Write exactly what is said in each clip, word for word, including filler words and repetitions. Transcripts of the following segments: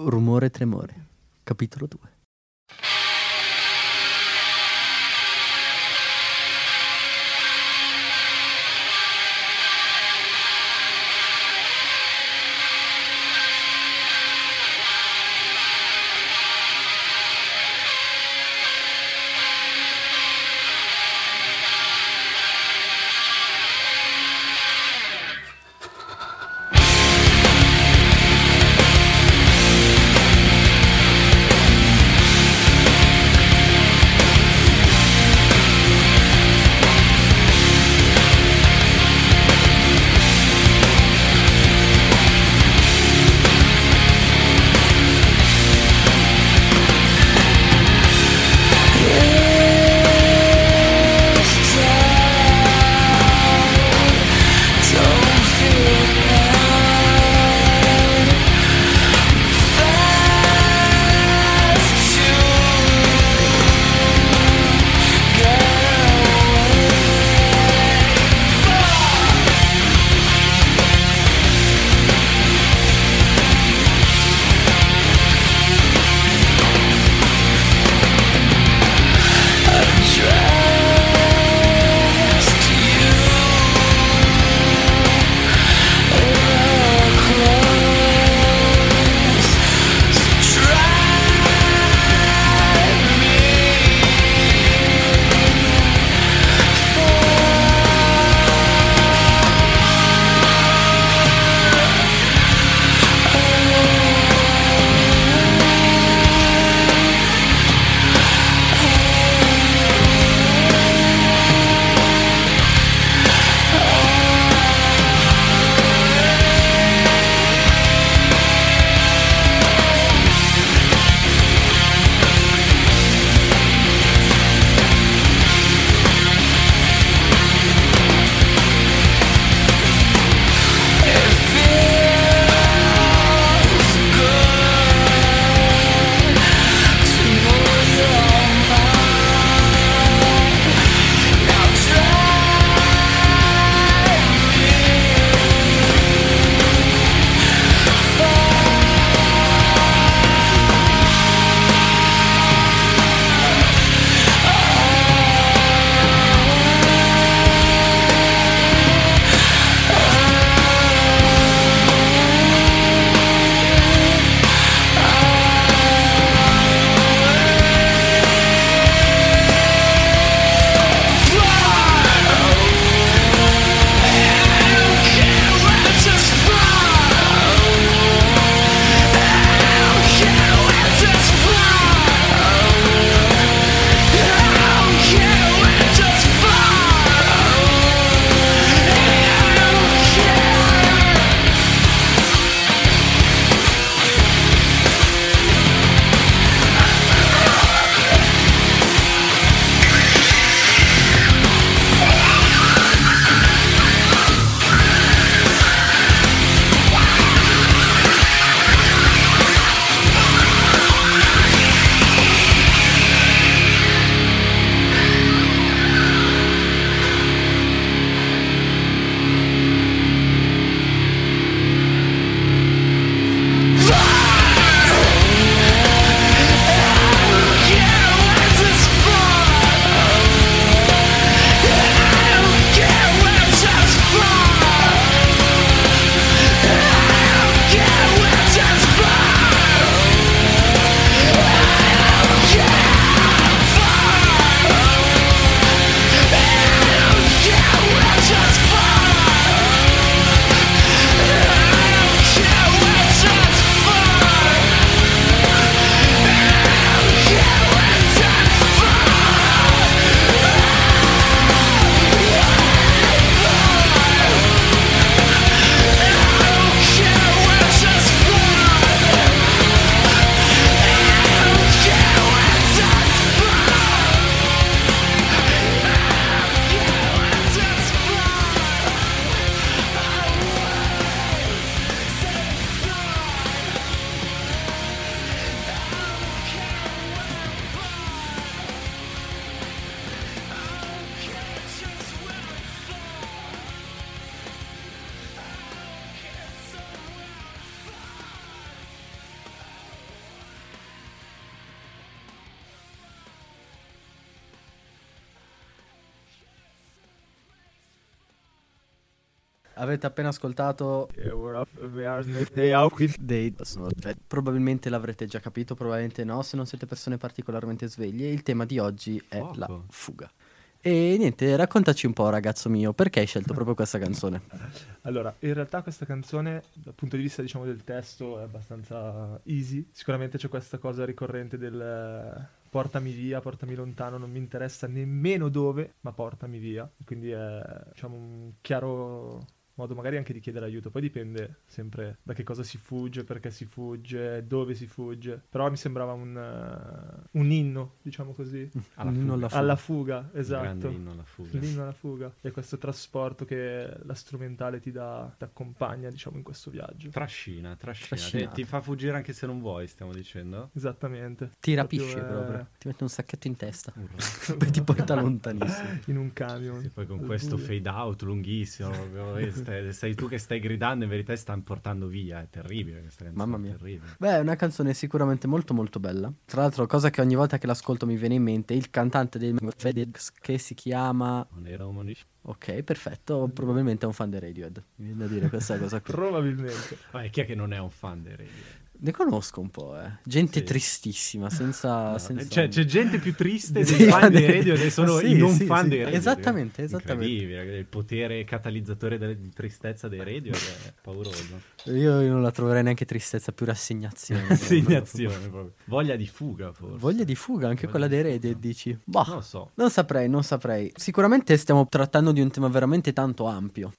Rumore e tremore, capitolo due. Avete appena ascoltato dei... Probabilmente l'avrete già capito, probabilmente no, se non siete persone particolarmente sveglie. Il tema di oggi è Fuoco. la fuga. E niente, raccontaci un po', ragazzo mio, perché hai scelto proprio questa canzone? Allora, in realtà questa canzone, dal punto di vista, diciamo, del testo, è abbastanza easy. Sicuramente c'è questa cosa ricorrente del eh, portami via, portami lontano, non mi interessa nemmeno dove, ma portami via. Quindi è, diciamo, un chiaro modo magari anche di chiedere aiuto. Poi dipende sempre da che cosa si fugge, perché si fugge, dove si fugge. Però mi sembrava un, uh, un inno, diciamo così. Alla Un inno fuga. alla fuga. Alla fuga, Un esatto. grande inno alla fuga. L'inno alla fuga. E questo trasporto che la strumentale ti dà, ti accompagna, diciamo, in questo viaggio. Trascina, trascina. Trascinata. Ti, ti fa fuggire anche se non vuoi, stiamo dicendo. Esattamente. Ti Proprio, rapisce eh, proprio, ti mette un sacchetto in testa, Urla. poi ti porta lontanissimo. in un camion. Sì, poi con al questo buio. fade out lunghissimo, proprio, e stai, sei tu che stai gridando, in verità stanno portando via. È terribile questa canzone. Mamma mia. È terribile. Beh, è una canzone sicuramente molto molto bella. Tra l'altro, cosa che ogni volta che l'ascolto mi viene in mente, il cantante del FedEx che si chiama... Non era un monisci- Ok, perfetto, probabilmente è un fan di Radiohead. Mi viene da dire questa cosa qui. Probabilmente. Vabbè, chi è che non è un fan dei Radio? Ne conosco un po', eh. Gente Sì. tristissima, senza... No, senza... C'è, c'è gente più triste Sì, dei fan dei dei- Radio e sono sì, i non sì, fan sì. dei Radio. Esattamente, esattamente. Incredibile, il potere catalizzatore delle- di tristezza dei Radio è pauroso. Io non la troverei neanche tristezza, più rassegnazione. Assegnazione proprio. Voglia di fuga forse. Voglia di fuga, anche Voglia quella di dei fuga. Radiohead, dici? Boh. Non lo so. Non saprei, non saprei. Sicuramente stiamo trattando di un tema veramente tanto ampio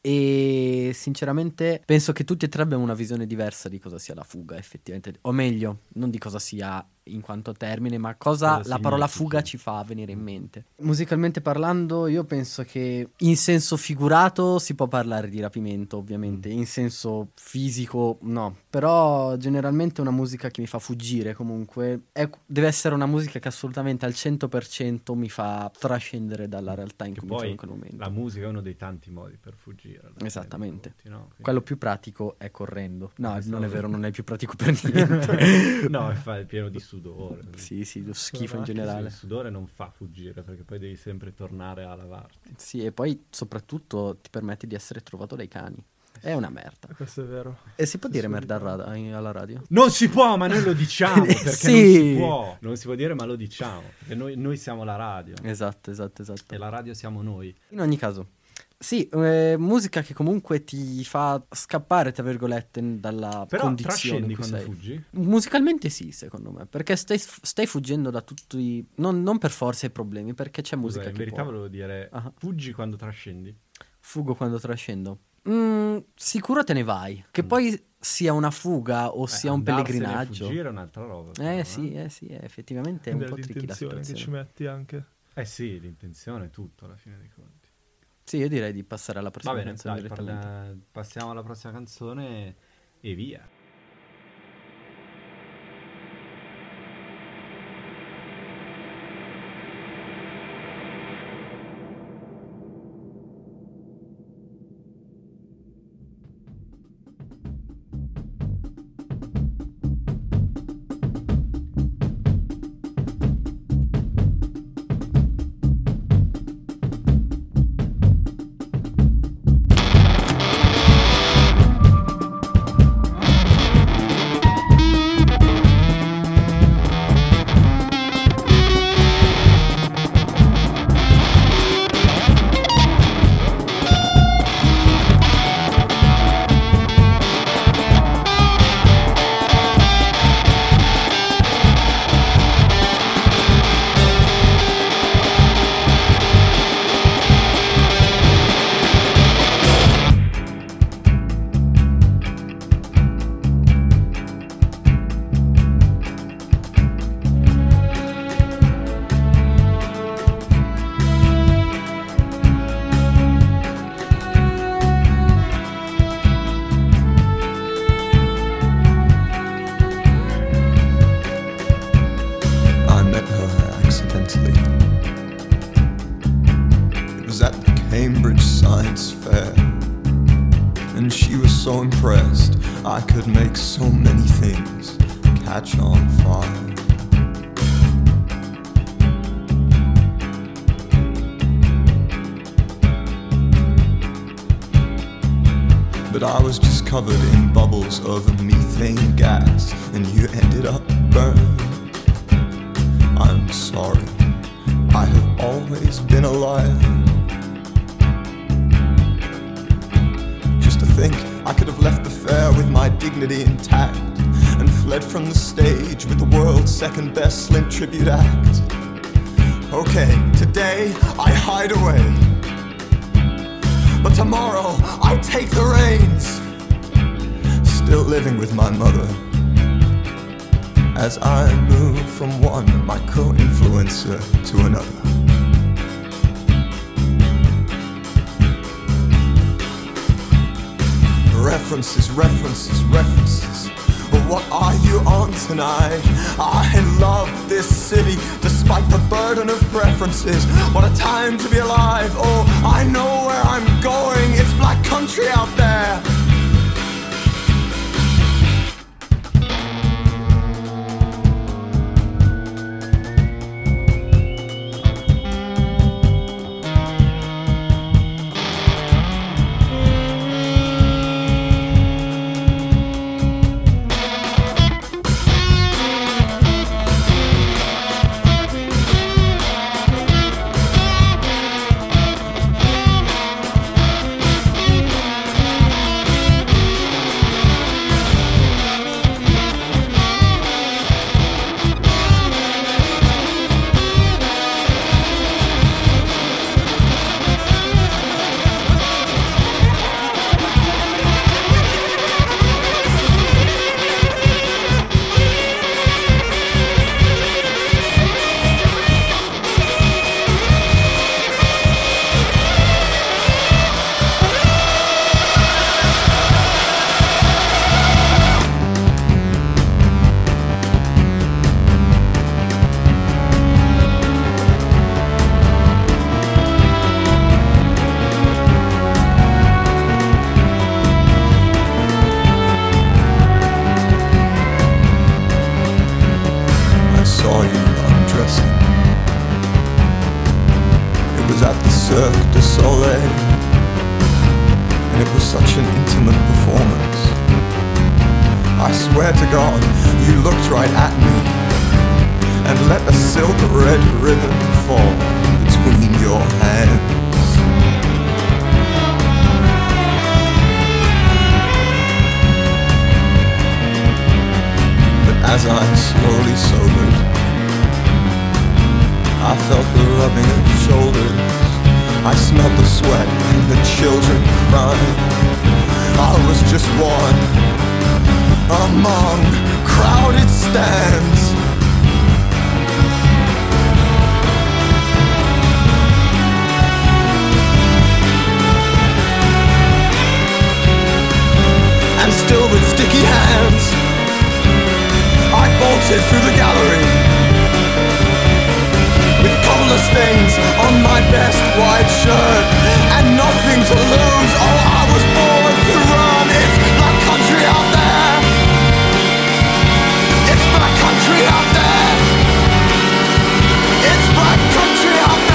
e sinceramente penso che tutti e tre abbiamo una visione diversa di cosa sia la fuga, effettivamente. O meglio, non di cosa sia in quanto termine, ma cosa, Cosa la parola significhi. fuga ci fa venire in mente. Musicalmente parlando, io penso che in senso figurato si può parlare di rapimento, ovviamente. In senso fisico, no. Però generalmente una musica che mi fa fuggire comunque è- deve essere una musica che assolutamente al cento per cento mi fa trascendere dalla realtà in Che cui mi trovo poi in quel momento. la musica è uno dei tanti modi per fuggire. alla fine Esattamente. dei conti, no? Quindi- Quello più pratico è correndo. No, Questo- non è vero, non è più pratico per niente. No, è fa- è pieno di sudore. Sì, sì, lo schifo in Sì, Sì, generale. il sudore non fa fuggire perché poi devi sempre tornare a lavarti. Sì, e poi soprattutto ti permette di essere trovato dai cani. È una merda. Questo è vero. E si può dire Sì, merda sì. al ra- alla radio? Non si può, ma noi lo diciamo perché Sì. non si può. Non si può dire, ma lo diciamo perché noi, noi siamo la radio Esatto, esatto, esatto. e la radio siamo noi. In ogni caso, sì, eh, musica che comunque ti fa scappare, tra virgolette, dalla Però condizione trascendi in cui quando sei. fuggi? Musicalmente sì, secondo me, perché stai, stai fuggendo da tutti i... Non, non per forza i problemi, perché c'è musica Scusa, in che verità può... volevo dire, Ah. fuggi quando trascendi? Fuggo quando trascendo. Mm, sicuro te ne vai. Che Mm. poi sia una fuga o Eh, sia un andarsene a pellegrinaggio. fuggire è un'altra roba. però, Eh sì, eh sì, eh, effettivamente è un Quindi po' è tricky la l'intenzione che ci situazione. metti anche. Eh sì, l'intenzione è tutto alla fine dei conti. Sì, io direi di passare alla Va prossima bene, canzone dai, direttamente. parla- passiamo alla prossima canzone e via. I met her accidentally. It was at the Cambridge Science Fair, and she was so impressed I could make so many things catch on fire. but I was just covered in bubbles of methane gas, and you ended up burned. I'm sorry, I have always been a liar. Just to think I could have left the fair with my dignity intact and fled from the stage with the world's second best Slint tribute act. Okay, today I hide away, but tomorrow I take the reins, still living with my mother as I move from one micro-influencer to another. References, references, references. What are you on tonight? I love this city despite the burden of preferences. What a time to be alive. Oh, I know where I'm going. It's black country out there. As I slowly sobered, I felt the rubbing of shoulders. I smelled the sweat and the children crying. I was just one among crowded stands. And still with sticky hands I bolted through the gallery, with cola stains on my best white shirt, and nothing to lose. Oh, I was born to run. It's black country out there. It's black country out there. It's black country out there.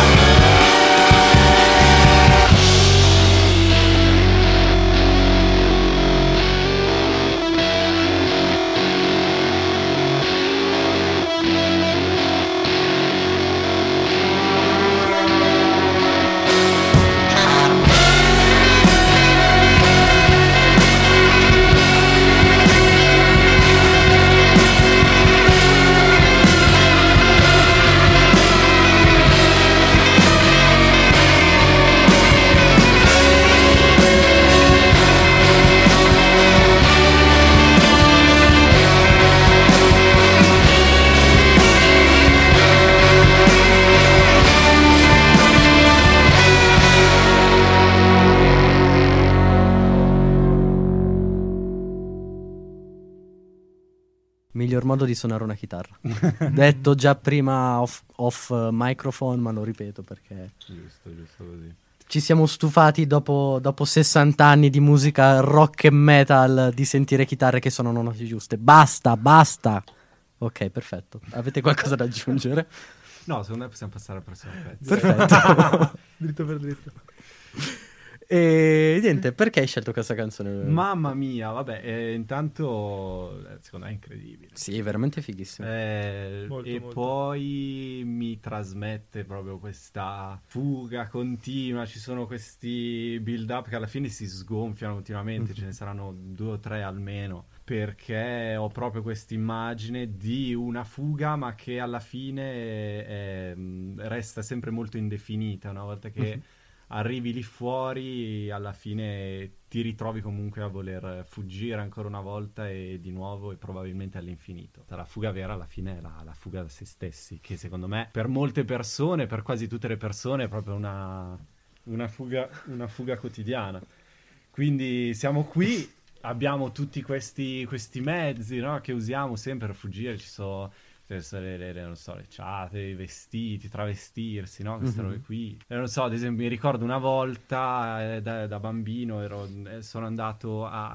Miglior modo di suonare una chitarra. Detto già prima off, off microphone, ma lo ripeto perché giusto, giusto così. Ci siamo stufati dopo, dopo sessanta anni di musica rock e metal di sentire chitarre che suonano note giuste. Basta, basta. Ok, perfetto. Avete qualcosa da aggiungere? No, secondo me possiamo passare al prossimo pezzo. Perfetto. Dritto per dritto. E niente, perché hai scelto questa canzone? Mamma mia, vabbè, eh, intanto eh, secondo me è incredibile. Sì, è veramente fighissimo. Eh, Molto, e molto. poi mi trasmette proprio questa fuga continua, ci sono questi build up che alla fine si sgonfiano continuamente, ce ne saranno due o tre almeno, perché ho proprio questa immagine di una fuga ma che alla fine è- resta sempre molto indefinita, una volta che arrivi lì fuori, alla fine ti ritrovi comunque a voler fuggire ancora una volta e di nuovo e probabilmente all'infinito. La fuga vera alla fine è la, la fuga da se stessi, che secondo me per molte persone, per quasi tutte le persone, è proprio una, una fuga, una fuga quotidiana. Quindi siamo qui, abbiamo tutti questi, questi mezzi, no, che usiamo sempre per fuggire, ci sono... Le, le, le, non so, le ciate, i vestiti, travestirsi, no? Queste Mhm. robe qui. E non so, ad esempio, mi ricordo una volta eh, da, da bambino ero, eh, sono andato a,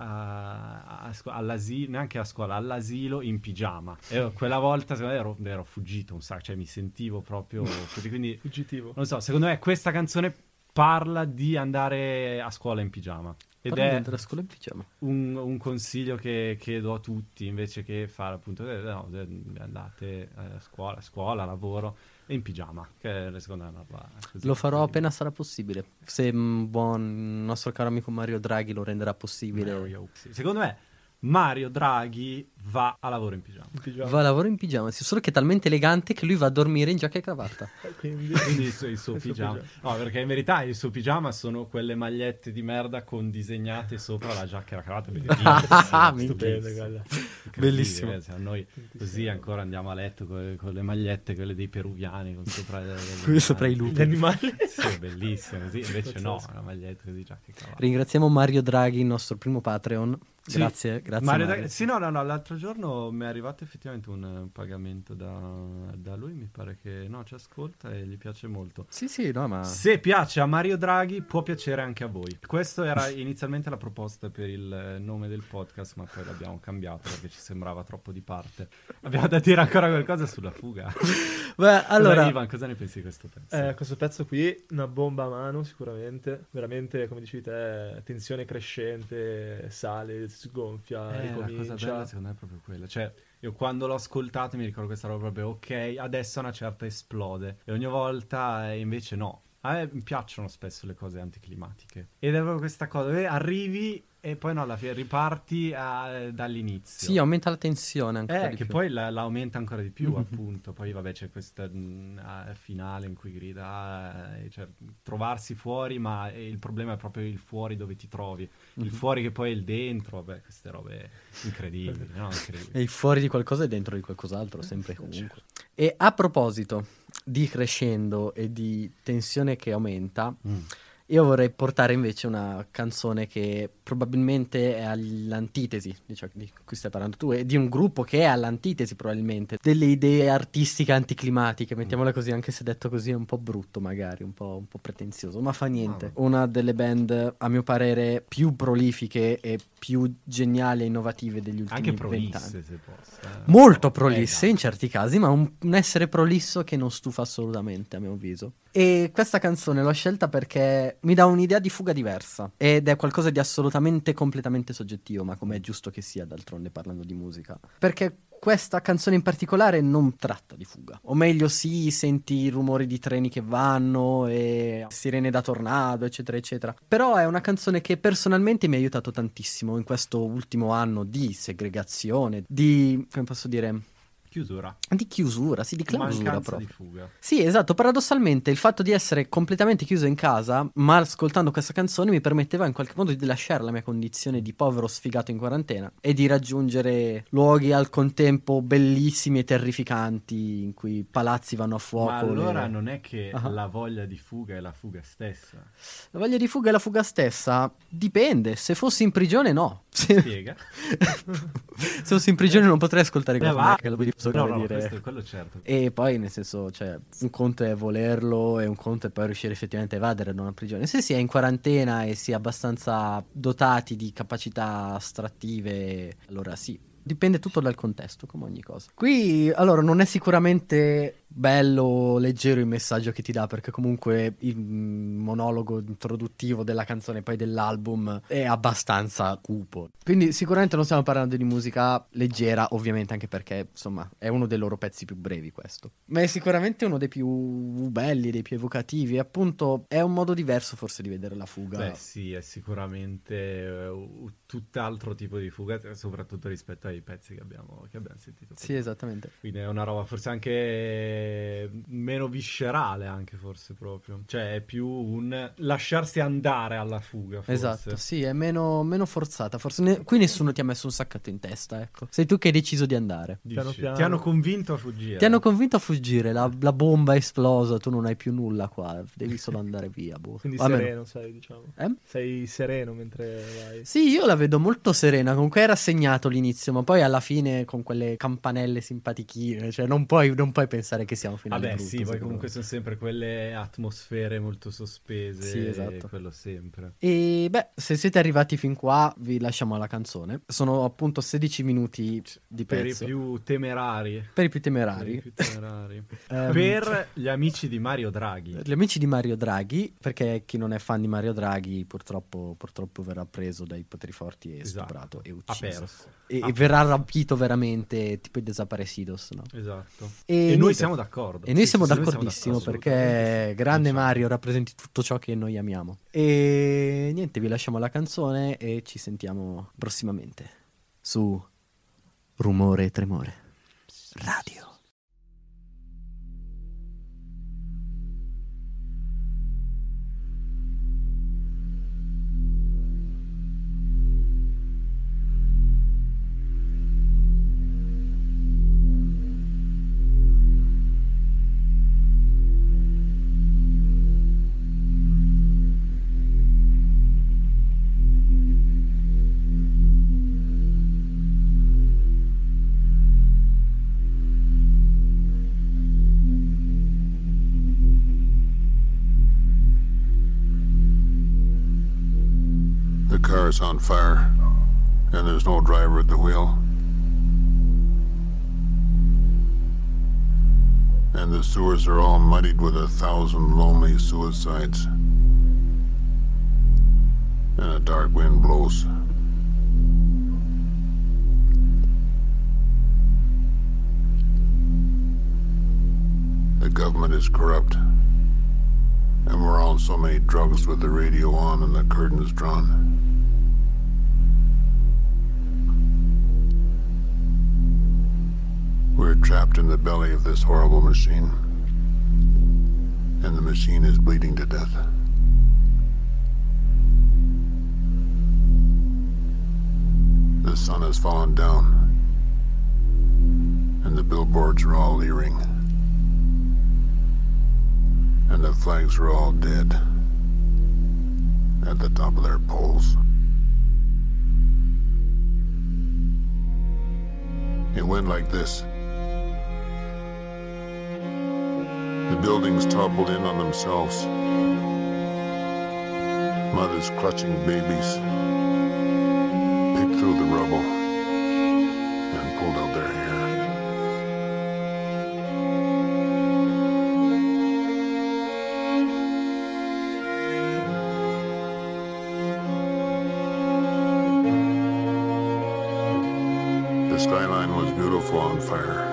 a, a scu- all'asilo, neanche a scuola, all'asilo in pigiama. E quella volta secondo me, ero, ero fuggito un sacco, cioè mi sentivo proprio... Quindi, Fuggitivo. non so, secondo me questa canzone parla di andare a scuola in pigiama. Ed Parla di è andare a scuola in pigiama. un, un consiglio che, che do a tutti, invece che fare appunto eh, no, eh, andate eh, a scuola, scuola, lavoro e in pigiama, che secondo me è una roba così. Lo farò Quindi, appena sarà possibile. Se un buon il nostro caro amico Mario Draghi lo renderà possibile. Mario, sì. Secondo me Mario Draghi va a lavoro in pigiama. In pigiama. Va a lavoro in pigiama, sì, solo che è talmente elegante che lui va a dormire in giacca e cravatta. Quindi, Quindi il suo, il suo il suo pigiama. pigiama. No, perché in verità il suo pigiama sono quelle magliette di merda con disegnate sopra la giacca e la cravatta. Ah, stupendo, guarda. Bellissimo. A noi così ancora andiamo a letto con, con le magliette, quelle dei peruviani, con sopra, le, le- Qui sopra i lupi. Gli animali. Sì, è bellissimo, così invece no, Pazzesco. una maglietta così, giacca e cravatta. Ringraziamo Mario Draghi, il nostro primo Patreon. Sì. Grazie, grazie Mario Mario. Draghi- sì, no, no, no, l'altro giorno mi è arrivato effettivamente un eh, pagamento da, da lui, mi pare che no, ci ascolta e gli piace molto. Sì, sì, no, ma... Se piace a Mario Draghi, può piacere anche a voi. Questa era inizialmente la proposta per il eh, nome del podcast, ma poi l'abbiamo cambiato perché ci sembrava troppo di parte. Abbiamo da dire ancora qualcosa sulla fuga. Beh, allora... Cosa, Ivan, cosa ne pensi di questo pezzo? Eh, questo pezzo qui, una bomba a mano sicuramente, veramente come dicevi te, tensione crescente, sale, si sgonfia, Eh, la cosa ricomincia. bella secondo me è proprio quella. Cioè, io quando l'ho ascoltato mi ricordo questa roba proprio, ok, adesso a una certa esplode. E ogni volta eh, invece no. A me piacciono spesso le cose anticlimatiche. Ed è proprio questa cosa, eh, arrivi e poi no, alla fine riparti a- dall'inizio. Sì, aumenta la tensione ancora Eh, di che più. poi la, la aumenta ancora di più, Mhm. appunto. Poi, vabbè, c'è questa mh, ah, finale in cui grida, eh, cioè, trovarsi fuori, ma eh, il problema è proprio il fuori dove ti trovi. Il Mhm. fuori che poi è il dentro, vabbè, queste robe incredibili, no? Incredibili. E il fuori di qualcosa e dentro di qualcos'altro, sempre e comunque. E a proposito di crescendo e di tensione che aumenta, Mm. io vorrei portare invece una canzone che probabilmente è all'antitesi di ciò di cui stai parlando tu, e di un gruppo che è all'antitesi probabilmente delle idee artistiche anticlimatiche, mettiamola così, anche se detto così è un po' brutto magari, un po', un po' pretenzioso, ma fa niente. No. Una delle band, a mio parere, più prolifiche e più geniali e innovative degli ultimi Anche vent'anni. prolisse, se posso. eh. Molto Eh, prolisse dai. in certi casi, ma un, un essere prolisso che non stufa assolutamente, a mio avviso. E questa canzone l'ho scelta perché mi dà un'idea di fuga diversa ed è qualcosa di assolutamente completamente soggettivo, ma come è giusto che sia, d'altronde, parlando di musica. Perché questa canzone in particolare non tratta di fuga, o meglio, sì, senti i rumori di treni che vanno e sirene da tornado, eccetera eccetera, però è una canzone che personalmente mi ha aiutato tantissimo in questo ultimo anno di segregazione, di, come posso dire, Chiusura. di chiusura, sì, di clausura Mancanza proprio. di fuga. Sì, esatto, paradossalmente il fatto di essere completamente chiuso in casa, ma ascoltando questa canzone mi permetteva in qualche modo di lasciare la mia condizione di povero sfigato in quarantena e di raggiungere luoghi al contempo bellissimi e terrificanti in cui palazzi vanno a fuoco. Ma allora le- non è che Ah. la voglia di fuga è la fuga stessa. La voglia di fuga e la fuga stessa dipende, se fossi in prigione no. Se, Spiega? se fossi in prigione non potrei ascoltare Eh, questa va. che lo posso No, no, dire. questo, quello certo. E poi, nel senso, cioè, un conto è volerlo e un conto è poi riuscire effettivamente a evadere da una prigione. Se si è in quarantena e si è abbastanza dotati di capacità astrattive, allora sì. Dipende tutto dal contesto, come ogni cosa. Qui, allora, non è sicuramente bello, leggero il messaggio che ti dà, perché comunque il monologo introduttivo della canzone, poi dell'album, è abbastanza cupo. Quindi sicuramente non stiamo parlando di musica leggera, ovviamente, anche perché insomma è uno dei loro pezzi più brevi questo, ma è sicuramente uno dei più belli, dei più evocativi, e appunto è un modo diverso forse di vedere la fuga. Beh sì, è sicuramente eh, tutt'altro tipo di fuga, soprattutto rispetto ai pezzi che abbiamo, che abbiamo sentito. Sì, esattamente. Quindi è una roba forse anche meno viscerale, anche forse proprio. Cioè è più un lasciarsi andare alla fuga, forse. Esatto, sì, è meno, meno forzata. Forse ne- qui nessuno ti ha messo un sacchetto in testa, ecco. Sei tu che hai deciso di andare. Dici, Piano piano. Ti hanno convinto a fuggire. Ti hanno convinto a fuggire, la, la bomba è esplosa, tu non hai più nulla qua, devi solo andare via. Boh. Quindi Almeno- sereno sei, diciamo. Eh? Sei sereno mentre vai. Sì, io la vedo molto serena, comunque era segnato l'inizio, ma poi alla fine con quelle campanelle simpatichine, cioè non puoi, non puoi pensare che sia un finale Vabbè brutto, sì, poi secondo comunque me. sono sempre quelle atmosfere molto sospese. Sì, esatto. Quello sempre. E beh, se siete arrivati fin qua, vi lasciamo la canzone. Sono appunto sedici minuti di Per i pezzo. più temerari. Per i più Per i temerari. più temerari. Ehm, Per gli amici di Mario Draghi. Gli amici di Mario Draghi, perché chi non è fan di Mario Draghi purtroppo, purtroppo verrà preso dai poteri forti e Esatto. stuprato e Ha ucciso. perso. E, Ha e verrà rapito veramente, tipo i desaparecidos, no? Esatto. E, E, noi niente. siamo d'accordo. E noi Sì, siamo sì, sì, noi d'accordissimo d'accordo, perché assolutamente. grande Diciamo. Mario rappresenti tutto ciò che noi amiamo. E niente, vi lasciamo la canzone e ci sentiamo prossimamente su Rumore e Tremore Radio. The car is on fire, and there's no driver at the wheel. And the sewers are all muddied with a thousand lonely suicides. And a dark wind blows. The government is corrupt. And we're on so many drugs with the radio on and the curtains drawn. We're trapped in the belly of this horrible machine. And the machine is bleeding to death. The sun has fallen down. And the billboards are all leering. And the flags are all dead at the top of their poles. It went like this. The buildings toppled in on themselves. Mothers clutching babies picked through the rubble and pulled out their hair. The skyline was beautiful on fire.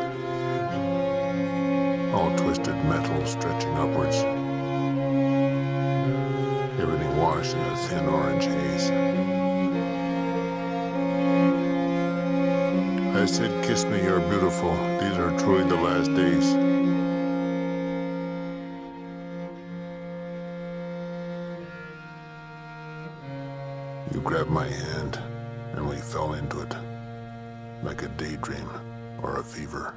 All twisted metal stretching upwards. Everything washed in a thin orange haze. I said, kiss me, you're beautiful. These are truly the last days. You grabbed my hand, and we fell into it, like a daydream or a fever.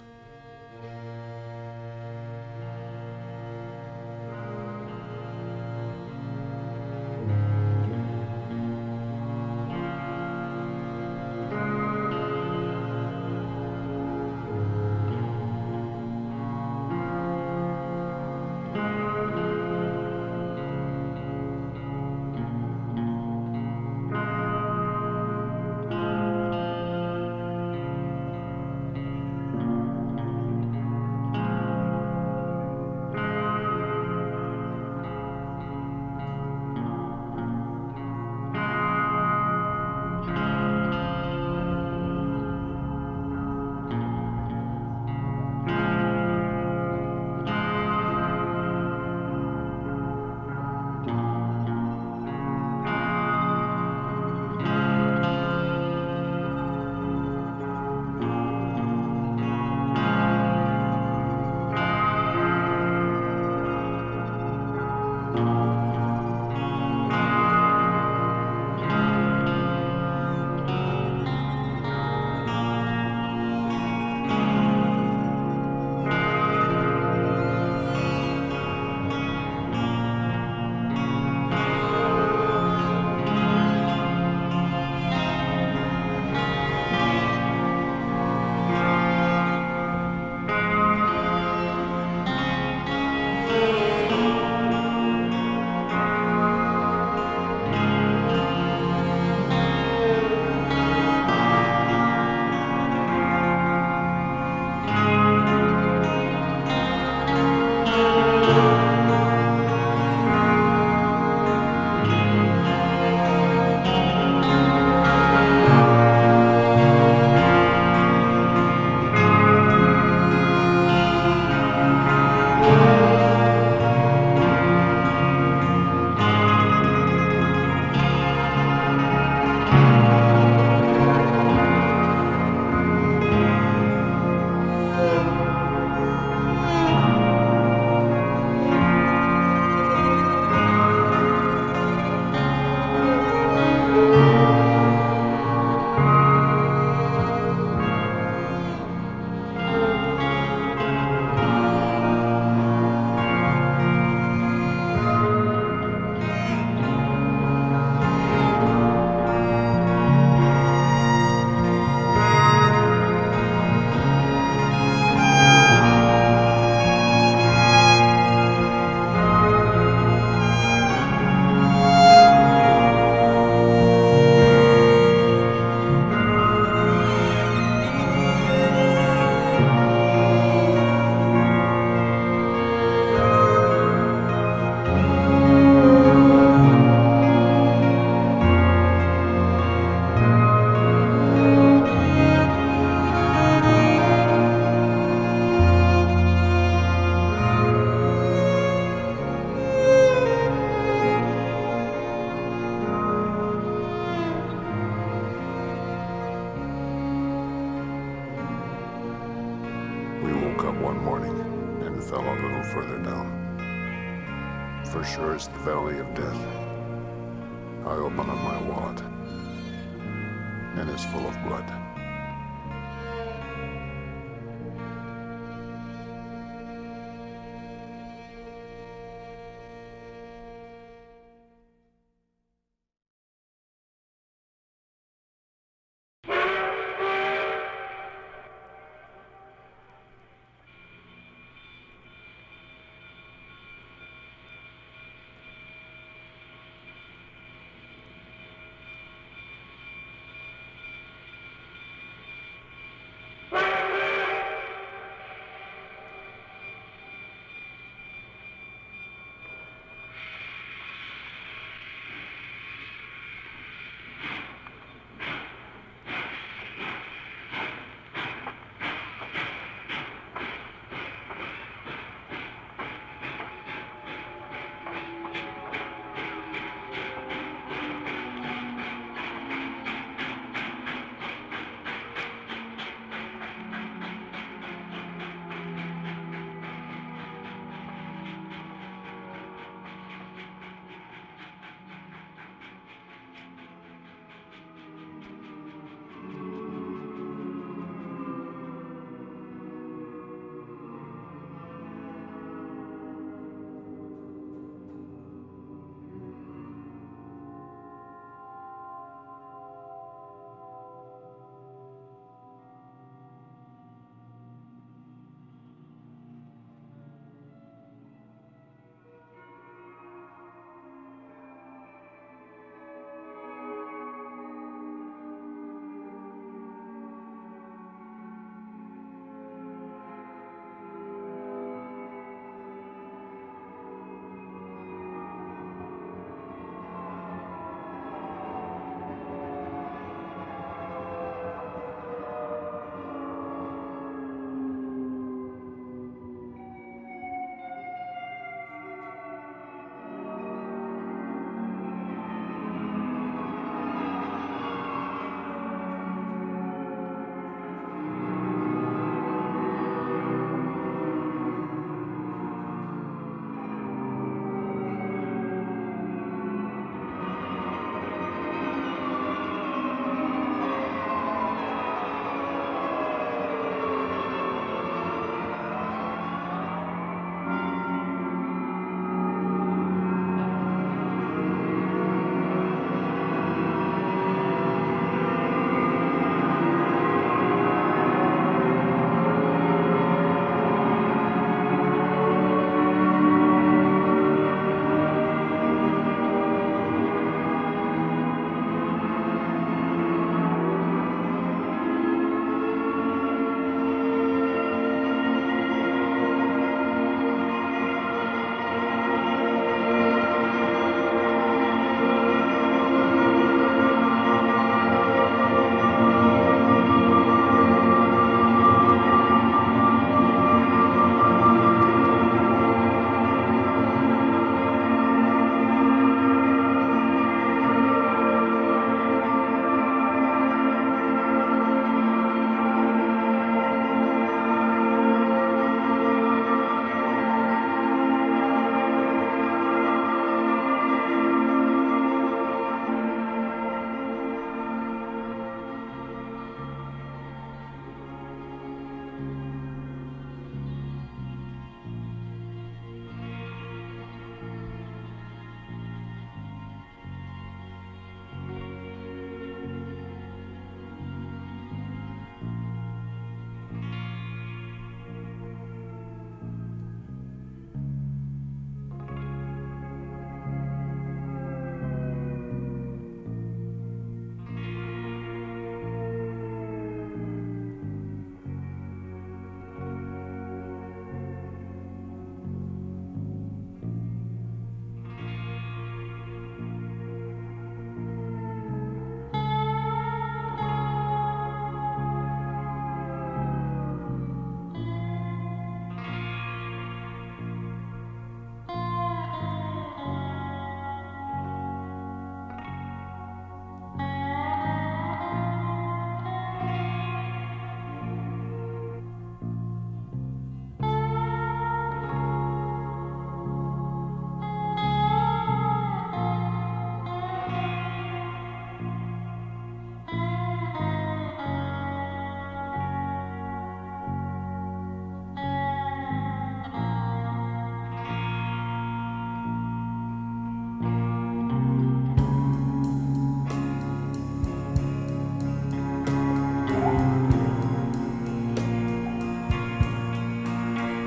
woke up one morning and fell a little further down. For sure it's the valley of death. I open up my wallet, and it's full of blood.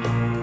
Thank